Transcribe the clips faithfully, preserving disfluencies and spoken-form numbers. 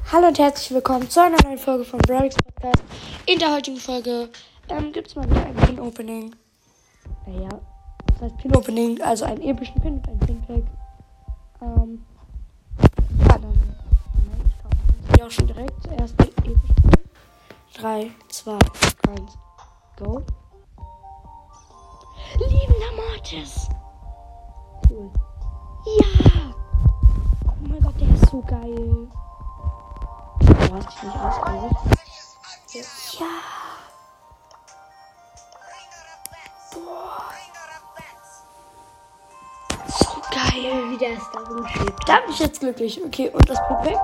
Hallo und herzlich willkommen zu einer neuen Folge von Brawlix Podcast. In der heutigen Folge ähm, gibt es mal wieder ein Pin-Opening. Naja, das heißt Pin-Opening, also einen epischen Pin und ein Pin-Pack. Ähm, ja, dann Moment, ich kaufe hier auch schon direkt zuerst den epischen Pin. drei, zwei, eins, go. Liebender Mortis! Cool. Ja! Oh mein Gott, der ist so geil. Du hast dich nicht ausgerüstet. Ja. Boah. So geil. Wie der da rumschwebt. Da bin ich jetzt glücklich. Okay, und das Pin-Pack?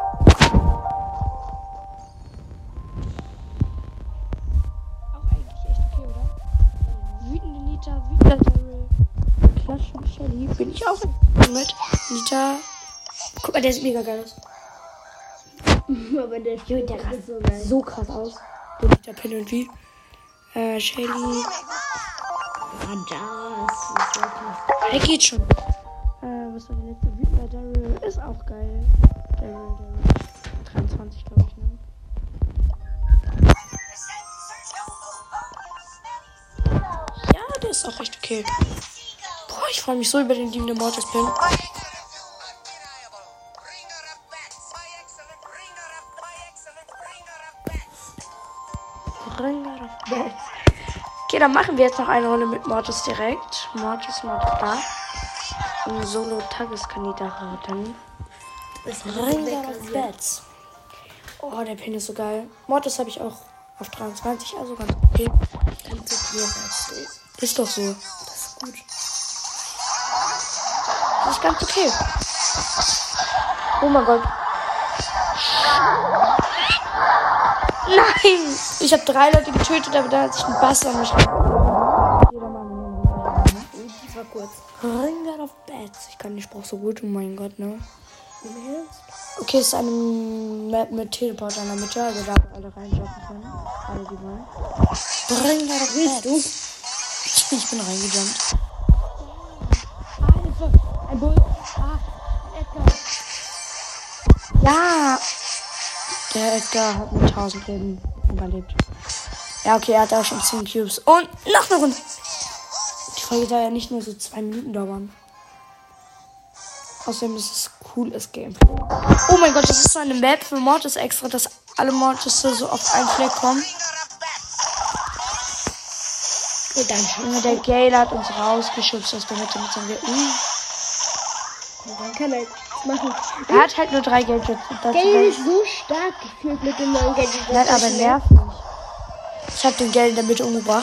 Auch eigentlich echt okay, oder? Wütende Nita, wütender Daryl, Klatschen Shelly. Bin ich auch mit. Nita. Guck mal, der sieht mega geil aus. Aber der Schild, der rastet so geil. So krass aus. Der Nita Pin und wie. Äh, Shelly. Ah, das. Der geht schon. Äh, was war der letzte? Wütender Daryl ist auch geil. Daryl, Daryl. dreiundzwanzig, glaube ich, ne? Ja, der ist auch echt okay. Boah, ich freue mich so über den liebenden Mortis-Pin. Okay, dann machen wir jetzt noch eine Runde mit Mortis direkt. Mortis, Mortis da. Und Solo-Tageskandidaten. Ringer of Bats. Oh, der Pin ist so geil. Mortis habe ich auch auf dreiundzwanzig, also ganz okay. Ganz okay. Ist doch so. Das ist gut. Das ist ganz okay. Oh mein Gott. Nein! Ich habe drei Leute getötet, aber da hat sich ein Bass an mich. Jeder Mann. Das war kurz. Ringer of Bats. Ich kann den Spruch so gut, oh mein Gott, ne? Okay, es ist eine Map mit Teleport in der Mitte, also da wo alle reinjumpen können. Alle die wollen. Ringer of Bats. Du? Ich bin reingejumpt. Hilfe! Ein Bull. Ah, Edgar. Ja! Der Edgar hat mit tausend Leben überlebt. Ja, okay, er hat auch schon zehn Cubes. Und noch eine Runde. Die Folge soll ja nicht nur so zwei Minuten dauern. Außerdem ist es cooles Gameplay. Oh mein Gott, das ist so eine Map für Mortis extra, dass alle Mortis so auf einen Fleck kommen. Und dann der Gale hat uns rausgeschubst aus der Mitte mit seinem Geld. Und dann kann er machen. Er hat halt nur drei Gadgets. Gale ist so stark gefühlt mit dem neuen Gadget. Nein, aber nervig. Ich hab den Gale in der Mitte umgebracht.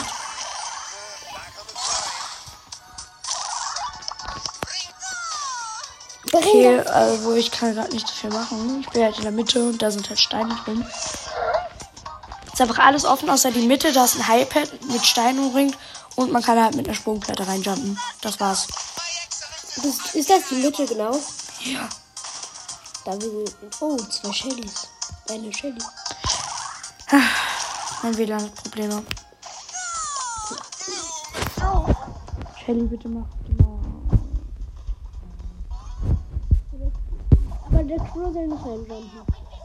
Okay, also ich kann gerade nicht so viel machen. Ich bin halt in der Mitte und da sind halt Steine drin. Ist einfach alles offen, außer die Mitte. Da ist ein Highpad mit Steinen umringt und man kann halt mit einer Sprungplatte reinjumpen. Das war's. Das, ist das die Mitte genau? Ja. Da will, oh, zwei Shellys. Eine Shelly. Mein W L A N hat Probleme. Shelly, bitte mach die Mauer. Aber der Crow soll nicht reinjumpen.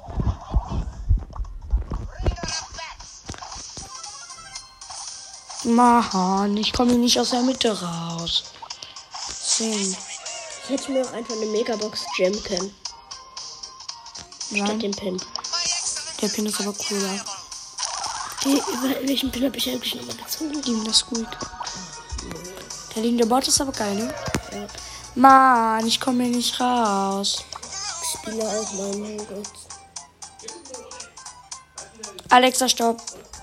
Mann, ich komme nicht aus der Mitte raus. Sing. Ich hätte mir auch einfach eine Megabox jammen können. Nein. Statt dem Pin. Der Pin ist aber cooler. Die, welchen Pin habe ich eigentlich nochmal gezogen? Liebender Squeak. Der liegende Bot ist aber geil, ne? Ja. Mann, ich komme hier nicht raus. Ich spiele auch mal, mein Gott. Alexa, stopp.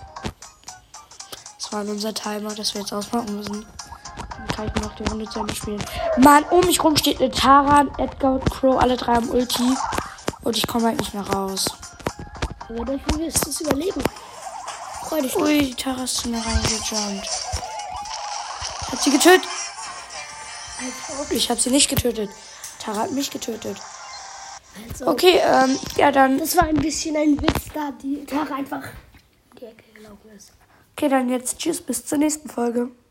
Das war unser Timer, dass wir jetzt ausmachen müssen. Dann kann ich noch die Runde zu Ende spielen. Mann, um mich rum steht eine Tara, ein Edgar und Crow, alle drei am Ulti. Und ich komme halt nicht mehr raus. Aber dafür wirst du es überleben. Freu dich. Ui, die Tara ist zu mir reingejumpt. Hat sie getötet? Ich habe sie nicht getötet. Tara hat mich getötet. Also, Okay, ähm, ja dann. das war ein bisschen ein Witz, da die Tara einfach in die Ecke gelaufen ist. Okay, dann jetzt tschüss, bis zur nächsten Folge.